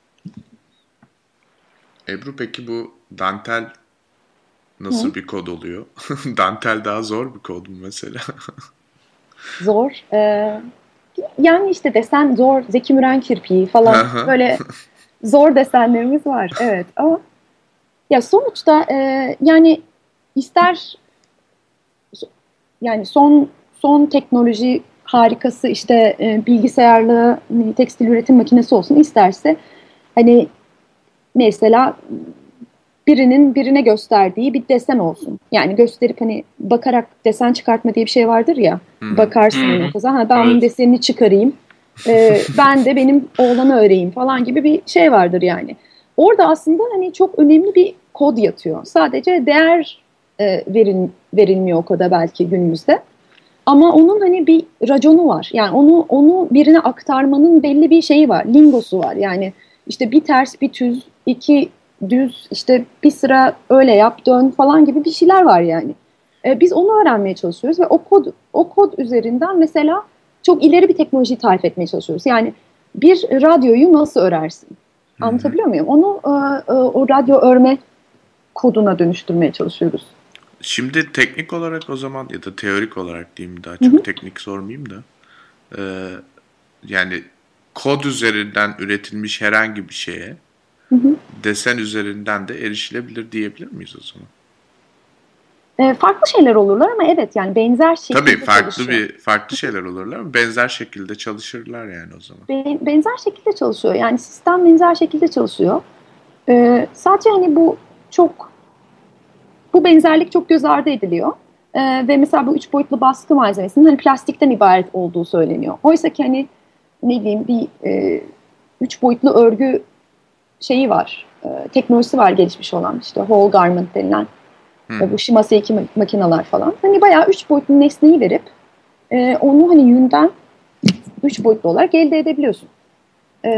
Ebru peki bu dantel Hı. nasıl bir kod oluyor? Dantel daha zor bir kod mu mesela? Zor. Ee, yani işte desen zor. Zeki Müren kirpiği falan, Aha. böyle zor desenlerimiz var. Evet ama ya sonuçta e, yani ister yani son son teknoloji harikası işte e, bilgisayarlı hani, tekstil üretim makinesi olsun, isterse hani mesela birinin birine gösterdiği bir desen olsun. Yani gösterip hani bakarak desen çıkartma diye bir şey vardır ya. Hı hı. Bakarsın Hı hani o hı. kaza. Ha, ben bunun Evet. desenini çıkarayım. Ee, ben de benim oğlanı öreyim falan gibi bir şey vardır yani. Orada aslında hani çok önemli bir kod yatıyor. Sadece değer e, veril, verilmiyor o kadar belki günümüzde. Ama onun hani bir raconu var. Yani onu onu birine aktarmanın belli bir şeyi var, lingosu var. Yani işte bir ters, bir düz, iki düz, işte bir sıra öyle yap, dön falan gibi bir şeyler var yani. E, biz onu öğrenmeye çalışıyoruz ve o kod o kod üzerinden mesela çok ileri bir teknolojiyi tarif etmeye çalışıyoruz. Yani bir radyoyu nasıl örersin? Anlatabiliyor muyum? Onu e, e, o radyo örme koduna dönüştürmeye çalışıyoruz. Şimdi teknik olarak o zaman ya da teorik olarak diyeyim, daha Hı çok hı. teknik sormayayım da e, yani kod üzerinden üretilmiş herhangi bir şeye Hı hı. desen üzerinden de erişilebilir diyebilir miyiz o zaman? E, farklı şeyler olurlar ama evet yani benzer Tabii şekilde farklı çalışıyor. bir farklı şeyler olurlar ama benzer şekilde çalışırlar yani o zaman. Be- benzer şekilde çalışıyor. Yani sistem benzer şekilde çalışıyor. E, sadece hani bu çok bu benzerlik çok göz ardı ediliyor. E, ve mesela bu üç boyutlu baskı malzemesinin hani plastikten ibaret olduğu söyleniyor. Oysa ki hani ne bileyim bir e, üç boyutlu örgü şeyi var. E, teknolojisi var gelişmiş olan işte whole garment denilen Hı e, hı. bu Shimaseki makineler falan. Hani bayağı üç boyutlu nesneyi verip e, onu hani yünden üç boyutlu olarak elde edebiliyorsun. E,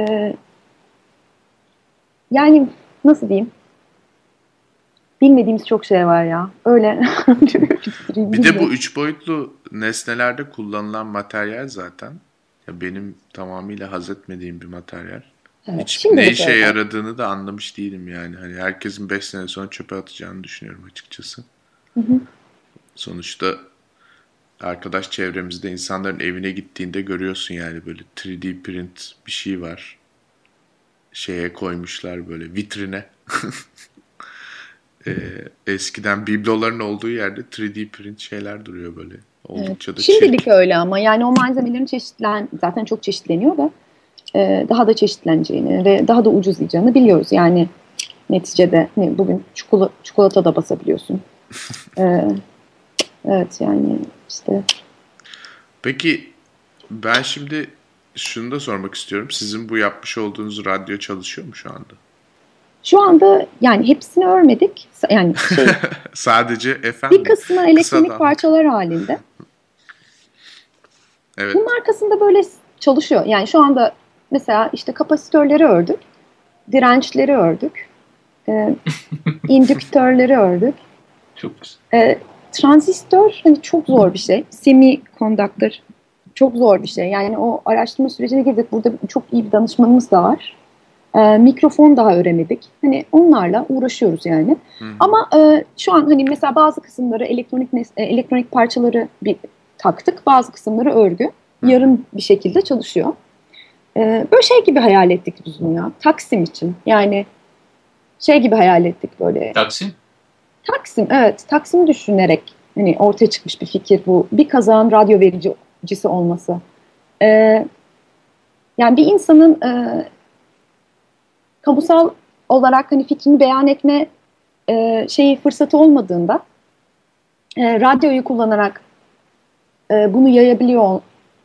yani nasıl diyeyim? Bilmediğimiz çok şey var ya. Öyle Bir de bu bilmiyorum. üç boyutlu nesnelerde kullanılan materyal zaten ya benim tamamıyla haz etmediğim bir materyal. Evet, Hiç ne şimdilik işe öyle. yaradığını da anlamış değilim yani. Hani herkesin beş sene sonra çöpe atacağını düşünüyorum açıkçası. Hı hı. Sonuçta arkadaş çevremizde insanların evine gittiğinde görüyorsun yani böyle üç D print bir şey var. Şeye koymuşlar böyle vitrine. Ee, eskiden bibloların olduğu yerde üç D print şeyler duruyor böyle. Evet. Oldukça da Şimdilik çirkin. öyle ama yani o malzemelerin çeşitlen zaten çok çeşitleniyor da e, daha da çeşitleneceğini ve daha da ucuzlayacağını biliyoruz. Yani neticede ne, bugün çikolata, çikolata da basabiliyorsun. E, evet yani işte Peki ben şimdi şunu da sormak istiyorum. Sizin bu yapmış olduğunuz radyo çalışıyor mu şu anda? şu anda yani hepsini örmedik. Yani şey Sadece bir F M mi? kısmı Kısa elektronik dalga. parçalar halinde. Evet. Bunun arkasında böyle çalışıyor. Yani şu anda mesela işte kapasitörleri ördük, dirençleri ördük, e, indüktörleri ördük. Çok güzel. E, transistör hani çok zor bir şey. Semiconductor çok zor bir şey. Yani o araştırma sürecine girdik. Burada çok iyi bir danışmanımız da var. E, mikrofon daha öğrenedik. Hani onlarla uğraşıyoruz yani. Hı hı. Ama e, şu an hani mesela bazı kısımları elektronik nes- e, elektronik parçaları bir taktık. Bazı kısımları örgü. Hı hı. Yarım bir şekilde çalışıyor. E, böyle şey gibi hayal ettik biz bunu ya. Taksim için. Yani şey gibi hayal ettik böyle. Taksim. Taksim, evet. Taksim'i düşünerek hani ortaya çıkmış bir fikir bu. Bir kazağın radyo vericisi olması. E, yani bir insanın e, kamusal olarak hani fikrini beyan etme e, şeyi fırsatı olmadığında e, radyoyu kullanarak e, bunu yayabiliyor ol-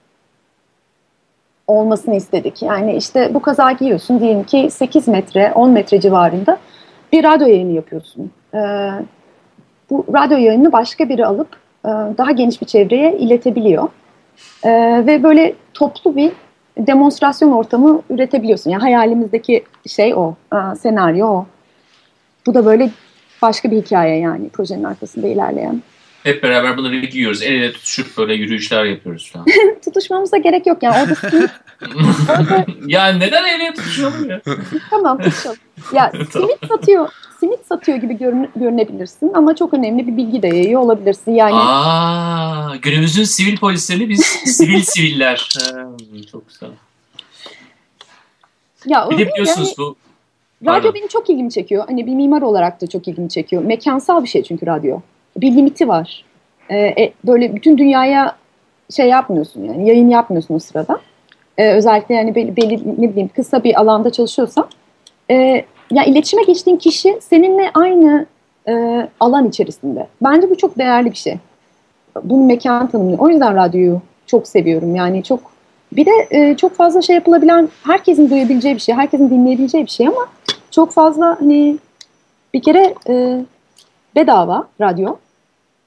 olmasını istedik. Yani işte bu kazağı giyiyorsun diyelim ki sekiz metre on metre civarında bir radyo yayını yapıyorsun. E, bu radyo yayını başka biri alıp e, daha geniş bir çevreye iletebiliyor. E, ve böyle toplu bir demonstrasyon ortamı üretebiliyorsun. Yani hayalimizdeki şey o, e, senaryo o. Bu da böyle başka bir hikaye yani projenin arkasında ilerleyen. Hep beraber bunları giyiyoruz. El ele tutuşup böyle yürüyüşler yapıyoruz falan. Tutuşmamıza gerek yok yani orada simit, orada Ya neden el ele tutuşalım ya? tamam tutuşalım. Ya Tamam. simit satıyor, simit satıyor gibi görün, görünebilirsin ama çok önemli bir bilgi de yayıyor olabilirsin. Yani Aa, günümüzün sivil polislerini biz sivil siviller. Ha, çok güzel. ya Bir o de değil de hani biliyorsunuz bu, radyo pardon. benim çok ilgimi çekiyor. Hani bir mimar olarak da çok ilgimi çekiyor. Mekansal bir şey çünkü radyo. Bir limiti var. Ee, e, böyle bütün dünyaya şey yapmıyorsun yani yayın yapmıyorsun o sırada. Ee, özellikle yani belli, belli ne bileyim kısa bir alanda çalışıyorsan e, ya iletişime geçtiğin kişi seninle aynı e, alan içerisinde. Bence bu çok değerli bir şey. Bunu mekan tanımlıyor. O yüzden radyoyu çok seviyorum. Yani çok bir de e, çok fazla şey yapılabilen, herkesin duyabileceği bir şey, herkesin dinleyebileceği bir şey ama çok fazla hani bir kere e, bedava radyo.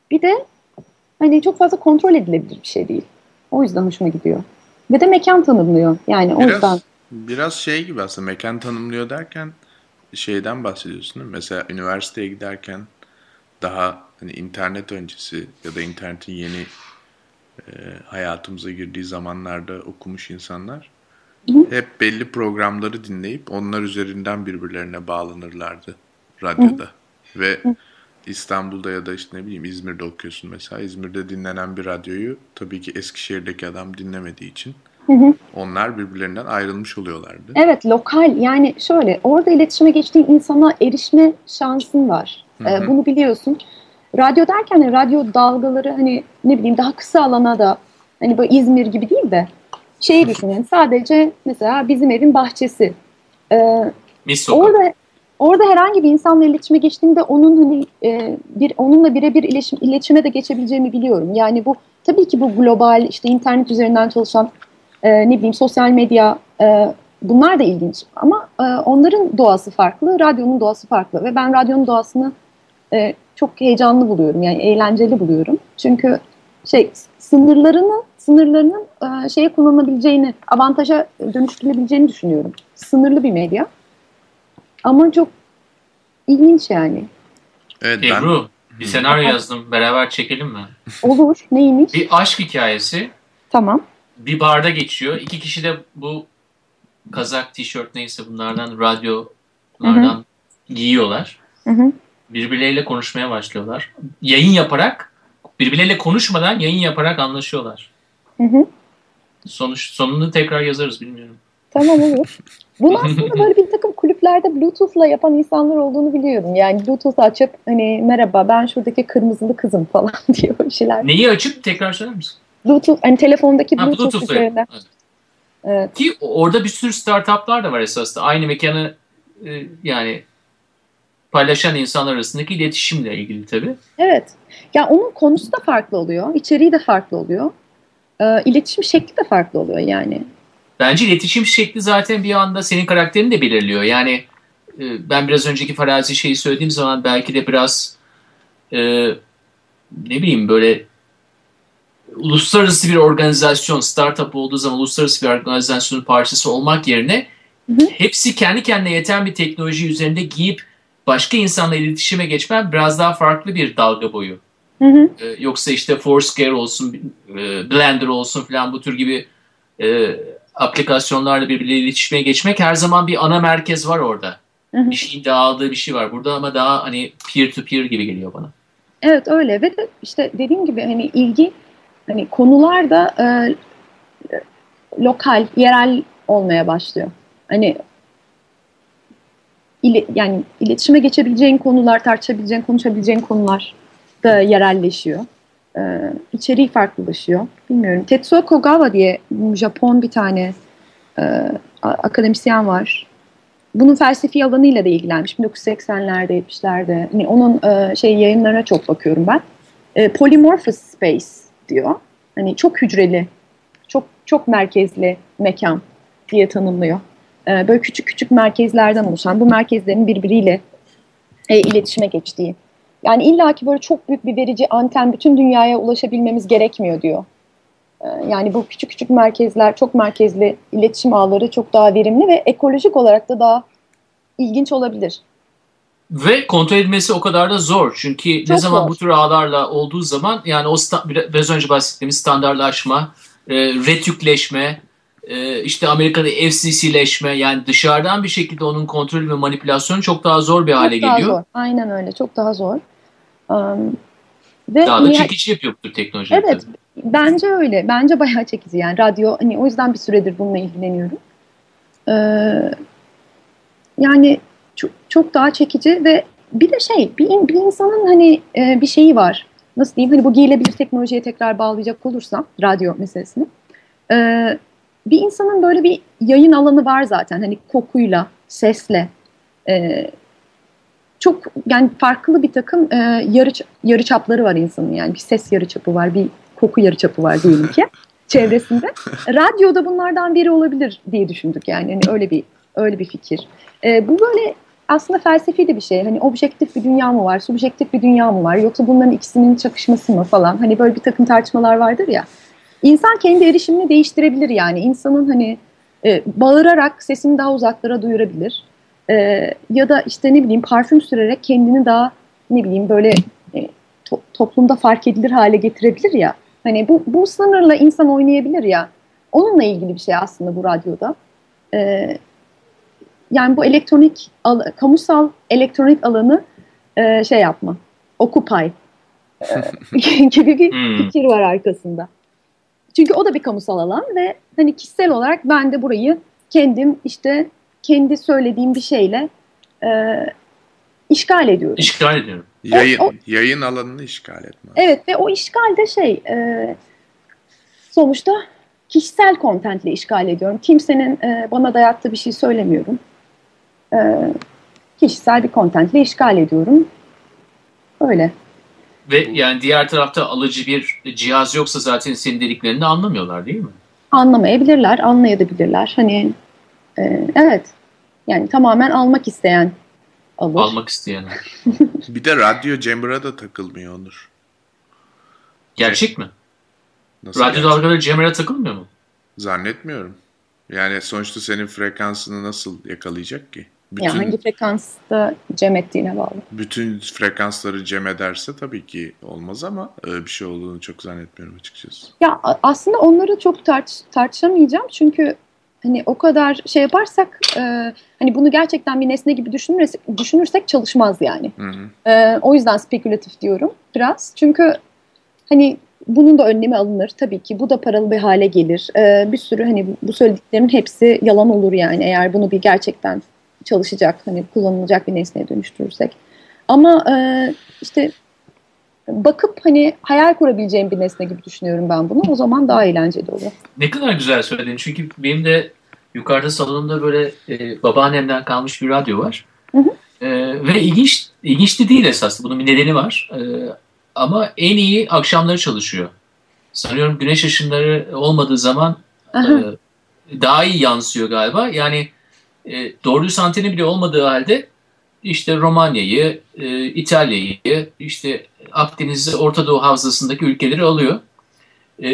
Bir de hani çok fazla kontrol edilebilir bir şey değil. O yüzden hoşuma gidiyor. Ve de mekan tanımlıyor. Yani o Biraz yüzden. biraz şey gibi aslında mekan tanımlıyor derken şeyden bahsediyorsun değil mi? Mesela üniversiteye giderken daha hani internet öncesi ya da internetin yeni e, hayatımıza girdiği zamanlarda okumuş insanlar Hı hep belli programları dinleyip onlar üzerinden birbirlerine bağlanırlardı hı, radyoda. Ve hı İstanbul'da ya da işte ne bileyim İzmir'de okuyorsun mesela. İzmir'de dinlenen bir radyoyu tabii ki Eskişehir'deki adam dinlemediği için hı. Hı. onlar birbirlerinden ayrılmış oluyorlardı. Evet, lokal, yani şöyle orada iletişime geçtiğin insana erişme şansın var. Hı Ee, hı. bunu biliyorsun. Radyo derken de radyo dalgaları hani ne bileyim daha kısa alana da hani böyle İzmir gibi değil de şeyi düşünün, sadece mesela bizim evin bahçesi. Ee, Mis sokak. orada orada herhangi bir insanla iletişime geçtiğimde onun hani e, bir onunla birebir iletişim, iletişime de geçebileceğimi biliyorum. Yani bu tabii ki bu global işte internet üzerinden çalışan e, ne bileyim sosyal medya, e, bunlar da ilginç ama e, onların doğası farklı, radyonun doğası farklı ve ben radyonun doğasını e, çok heyecanlı buluyorum, yani eğlenceli buluyorum. Çünkü şey sınırlarını sınırlarının e, şeye kullanılabileceğini, avantaja dönüştürülebileceğini düşünüyorum. Sınırlı bir medya ama çok ilginç yani. Evet ben Ebru, bir hı. senaryo yazdım. Beraber çekelim mi? Olur, neymiş? Bir aşk hikayesi. Tamam. Bir barda geçiyor. İki kişi de bu kazak, tişört neyse bunlardan, Hı hı, radyolardan giyiyorlar. hı hı, Birbirleriyle konuşmaya başlıyorlar. Yayın yaparak, birbirleriyle konuşmadan yayın yaparak anlaşıyorlar. hı hı. Sonuç, sonunu tekrar yazarız, bilmiyorum. Tamam, olur. Bunu aslında böyle bir takım kulüplerde Bluetooth'la yapan insanlar olduğunu biliyorum. Yani Bluetooth açıp hani merhaba ben şuradaki kırmızılı kızım falan diyor bir şeyler. Neyi açıp tekrar söyler misin? Bluetooth, hani telefondaki Ha, Bluetooth Bluetooth'la yapıyor. üzerinden. Evet. Evet. Ki orada bir sürü startuplar da var esasında. Aynı mekanı e, yani paylaşan insanlar arasındaki iletişimle ilgili tabii. Evet. Ya onun konusu da farklı oluyor. İçeriği de farklı oluyor. Ee, iletişim şekli de farklı oluyor yani. Bence iletişim şekli zaten bir anda senin karakterini de belirliyor. Yani e, ben biraz önceki farazi şeyi söylediğim zaman belki de biraz e, ne bileyim böyle uluslararası bir organizasyon, startup olduğu zaman uluslararası bir organizasyonun parçası olmak yerine Hı hı, hepsi kendi kendine yeten bir teknoloji üzerinde giyip başka insanla iletişime geçmen biraz daha farklı bir dalga boyu. hı hı. Ee, yoksa işte Foursquare olsun, e, Blender olsun falan bu tür gibi e, aplikasyonlarla birbirleriyle iletişime geçmek, her zaman bir ana merkez var orada. Hı hı. Bir şeyin dağıldığı bir şey var. Burada ama daha hani peer to peer gibi geliyor bana. Evet, öyle ve de işte dediğim gibi hani ilgi, hani konular da e, lokal, yerel olmaya başlıyor. Hani ile, yani iletişime geçebileceğin konular, tartışabileceğin, konuşabileceğin konular da yerelleşiyor. Ee, içeriği farklılaşıyor. Bilmiyorum. Tetsuo Kogawa diye Japon bir tane e, akademisyen var. Bunun felsefi alanıyla da ilgilenmiş. bin dokuz yüz seksenlerde, yetmişlerde. Hani onun e, şey yayınlarına çok bakıyorum ben. E, polymorphous space diyor. Hani çok hücreli, çok çok merkezli mekan diye tanımlıyor. E, böyle küçük küçük merkezlerden oluşan, bu merkezlerin birbiriyle e, iletişime geçtiği. Yani illaki böyle çok büyük bir verici anten bütün dünyaya ulaşabilmemiz gerekmiyor diyor. E, yani bu küçük küçük merkezler, çok merkezli iletişim ağları çok daha verimli ve ekolojik olarak da daha ilginç olabilir. Ve kontrol edilmesi o kadar da zor. Çünkü ne Çok zaman zor. bu tür ağlarla olduğu zaman yani o sta- biraz önce bahsettiğimiz standartlaşma, e, retükleşme, e, işte Amerika'da F C C'leşme, yani dışarıdan bir şekilde onun kontrolü ve manipülasyonu çok daha zor bir hale Çok daha geliyor. zor. Aynen öyle. Çok daha zor. Um, ve Daha da nihayet, çekici yapıyor bu tür teknolojileri tabii. evet, bence öyle. Bence bayağı çekici yani. Radyo, hani o yüzden bir süredir bununla ilgileniyorum. Ee, yani çok, çok daha çekici ve bir de şey, bir, bir insanın hani e, bir şeyi var. Nasıl diyeyim? Hani bu giyilebilir teknolojiye tekrar bağlayacak olursam radyo meselesini. Ee, bir insanın böyle bir yayın alanı var zaten. Hani kokuyla, sesle, e, çok yani farklı bir takım e, yarı, yarı çapları var insanın, yani bir ses yarı çapı var, bir koku yarı çapı var diyelim ki çevresinde. Radyoda bunlardan biri olabilir diye düşündük, yani hani öyle bir öyle bir fikir. E, bu böyle aslında felsefi de bir şey. Hani objektif bir dünya mı var, subjektif bir dünya mı var, yoksa bunların ikisinin çakışması mı falan. Hani böyle bir takım tartışmalar vardır ya. İnsan kendi erişimini değiştirebilir yani. İnsanın hani e, bağırarak sesini daha uzaklara duyurabilir. E, ya da işte ne bileyim parfüm sürerek kendini daha ne bileyim böyle e, to- toplumda fark edilir hale getirebilir ya. Hani bu, bu sınırla insan oynayabilir ya. Onunla ilgili bir şey aslında bu radyoda. E, yani bu elektronik, al- kamusal elektronik alanı e, şey yapma, occupy e, gibi bir Hmm. fikir var arkasında. Çünkü o da bir kamusal alan ve hani kişisel olarak ben de burayı kendim işte kendi söylediğim bir şeyle e, işgal ediyorum. İşgal ediyorum. Yayın, o, yayın alanını işgal etmez. evet ve o işgal de şey e, sonuçta kişisel kontentle işgal ediyorum. Kimsenin e, bana dayattığı bir şey söylemiyorum. E, kişisel bir kontentle işgal ediyorum. Öyle. Ve yani diğer tarafta alıcı bir cihaz yoksa zaten senin dediklerini de anlamıyorlar değil mi? Anlamayabilirler, anlayabilirler. Hani e, evet yani tamamen almak isteyen alır. Almak isteyenler. Bir de radyo Cember'a da takılmıyor Onur. Gerçek mi? Nasıl Radyo gerçek? dalgaları Cemre'ye takılmıyor mu? Zannetmiyorum. Yani sonuçta senin frekansını nasıl yakalayacak ki? Ya hangi Bütün frekansta cem ettiğine bağlı. bütün frekansları cem ederse tabii ki olmaz ama öyle bir şey olduğunu çok zannetmiyorum açıkçası. Ya a- aslında onları çok tartış tartışamayacağım çünkü hani o kadar şey yaparsak e, hani bunu gerçekten bir nesne gibi düşünürsek, düşünürsek çalışmaz yani. Hı hı. E, o yüzden spekülatif diyorum biraz. Çünkü hani bunun da önlemi alınır tabii ki. Bu da paralı bir hale gelir. E, bir sürü hani bu, bu söylediklerimin hepsi yalan olur yani eğer bunu bir gerçekten çalışacak hani kullanılacak bir nesneye dönüştürürsek. Ama e, işte bakıp hani hayal kurabileceğim bir nesne gibi düşünüyorum ben bunu. O zaman daha eğlenceli olur. Ne kadar güzel söyledin. Çünkü benim de yukarıda salonumda böyle e, babaannemden kalmış bir radyo var. Hı hı. E, ve ilginç, ilginç de değil esas. Bunun bir nedeni var. E, ama en iyi akşamları çalışıyor. Sanıyorum güneş ışınları olmadığı zaman e, Aha, daha iyi yansıyor galiba. Yani e, doğru düz anteni bile olmadığı halde işte Romanya'yı, e, İtalya'yı, işte Akdeniz'i, Orta Doğu havzasındaki ülkeleri alıyor. E,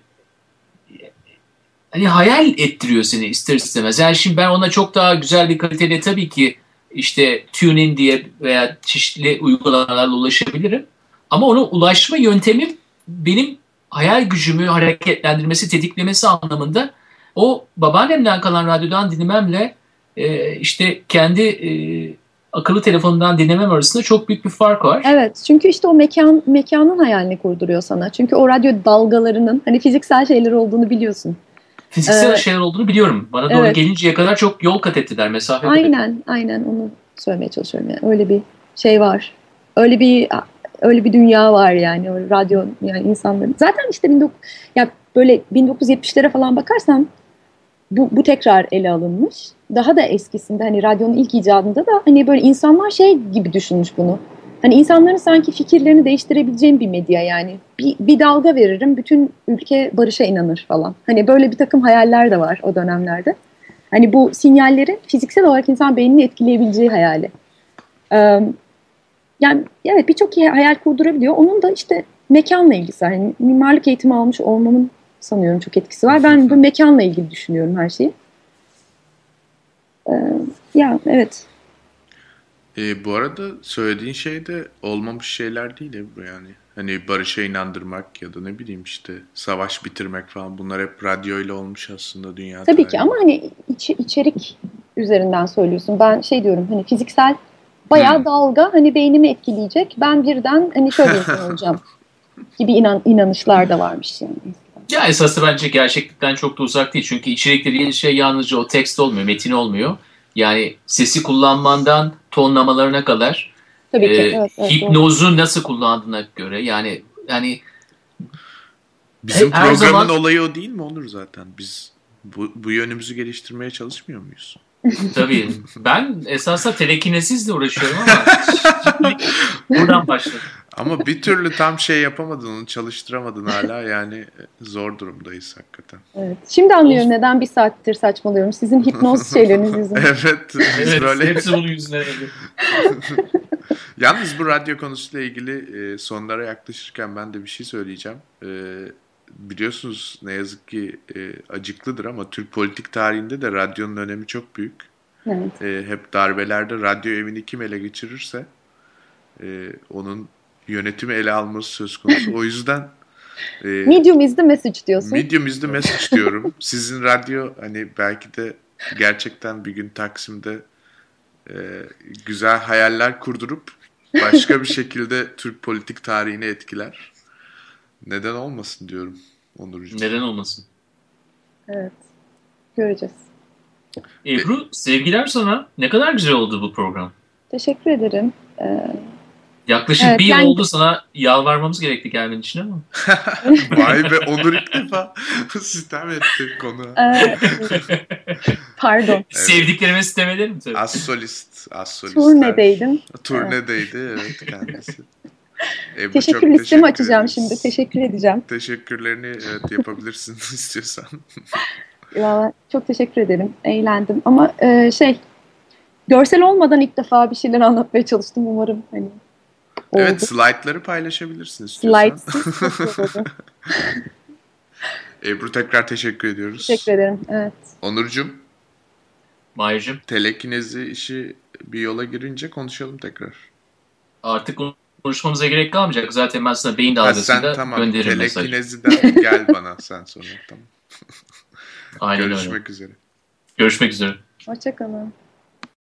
hani hayal ettiriyor seni ister istemez. Yani şimdi ben ona çok daha güzel bir kalitede tabii ki işte TuneIn diye veya çeşitli uygulamalarla ulaşabilirim. Ama ona ulaşma yöntemim benim hayal gücümü hareketlendirmesi, tetiklemesi anlamında o babaannemden kalan radyodan dinlememle e, işte kendi e, akıllı telefonundan dinlemem arasında çok büyük bir fark var. evet çünkü işte o mekan mekanın hayalini kurduruyor sana. Çünkü o radyo dalgalarının hani fiziksel şeyler olduğunu biliyorsun. Fiziksel Ee, şeyler olduğunu biliyorum. Bana doğru evet gelinceye kadar çok yol kat ettiler, mesafe kat ettiler. aynen aynen onu söylemeye çalışıyorum yani. Öyle bir şey var. Öyle bir öyle bir dünya var yani o radyo yani insanların. Zaten işte bin dokuz ya böyle bin dokuz yüz yetmişlere falan bakarsam bu, bu tekrar ele alınmış. Daha da eskisinde hani radyonun ilk icadında da hani böyle insanlar şey gibi düşünmüş bunu. Hani insanların sanki fikirlerini değiştirebileceğim bir medya yani. Bir, bir dalga veririm bütün ülke barışa inanır falan. Hani böyle bir takım hayaller de var o dönemlerde. Hani bu sinyallerin fiziksel olarak insan beynini etkileyebileceği hayali. Ee, yani evet birçok hayal kurdurabiliyor. Onun da işte mekanla ilgisi. Yani mimarlık eğitimi almış olmamın sanıyorum çok etkisi var. Ben bu mekanla ilgili düşünüyorum her şeyi. Ee, ya evet. E, bu arada söylediğin şey de olmamış şeyler değil Ebru yani. Hani barışa inandırmak ya da ne bileyim işte savaş bitirmek falan bunlar hep radyoyla olmuş aslında dünya Tabii ki tarihinde. ama hani iç, içerik üzerinden söylüyorsun. Ben şey diyorum hani fiziksel bayağı Hmm. dalga hani beynimi etkileyecek. Ben birden hani şöyle insan olacağım gibi inan, inanışlar da varmış yani. Ya esası bence gerçeklikten çok da uzak değil. Çünkü içerik dediğin şey yalnızca o tekst olmuyor, metin olmuyor. Yani sesi kullanmandan tonlamalarına kadar Tabii ki e, evet, evet doğru. hipnozu nasıl kullandığına göre yani yani Bizim her programın zaman olayı o değil mi Onur zaten? Biz bu, bu yönümüzü geliştirmeye çalışmıyor muyuz? Tabii. Ben esasında telekinesizle uğraşıyorum ama buradan başladım. Ama bir türlü tam şey yapamadın, onu çalıştıramadın hala. Yani zor durumdayız hakikaten. Evet. Şimdi anlıyorum neden bir saattir saçmalıyorum. Sizin hipnoz şeyleriniz yüzünden. Evet. Biz Evet, böyle... hepsi bunun yüzünden. Yalnız bu radyo konusuyla ilgili e, sonlara yaklaşırken ben de bir şey söyleyeceğim. E, biliyorsunuz ne yazık ki e, acıklıdır ama Türk politik tarihinde de radyonun önemi çok büyük. Evet. E, hep darbelerde radyo evini kim ele geçirirse e, onun yönetimi ele alması söz konusu. O yüzden e, medium is the message diyorsun. Medium is the message diyorum. Sizin radyo hani belki de gerçekten bir gün Taksim'de e, güzel hayaller kurdurup başka bir şekilde Türk politik tarihini etkiler. Neden olmasın diyorum Onurcuğum. Neden olmasın? Evet. Göreceğiz. Ebru, e, sevgiler sana. Ne kadar güzel oldu bu program. Teşekkür ederim. Ee, Yaklaşık evet, bir yıl yani... oldu, sana yalvarmamız gerekti gelmen için ama. Vay be, Onur ilk defa sistem etti konu. Pardon. Evet. Sevdiklerime sistem ederim tabii. Az solist. Az solist. Turnedeydim. Turnedeydi evet kendisi. Ebru, teşekkür listemi teşekkür açacağım ederiz. Şimdi. Teşekkür edeceğim. Teşekkürlerini evet yapabilirsin istiyorsan. Valla çok teşekkür ederim. Eğlendim. Ama e, şey görsel olmadan ilk defa bir şeyler anlatmaya çalıştım. Umarım hani oldu. Evet, slaytları paylaşabilirsin istiyorsan. Slides. Ebru, tekrar teşekkür ediyoruz. Teşekkür ederim. Evet. Onurcuğum. Mahir'cim. Telekinezi işi bir yola girince konuşalım tekrar. Artık konuşmamıza gerek kalmayacak. Zaten ben sana beyin dalgasıyla tamam, gönderirim mesaj. Telekineziden gel bana sen sonra. Tamam. Aynen Görüşmek öyle. üzere. Görüşmek üzere. Hoşça kalın.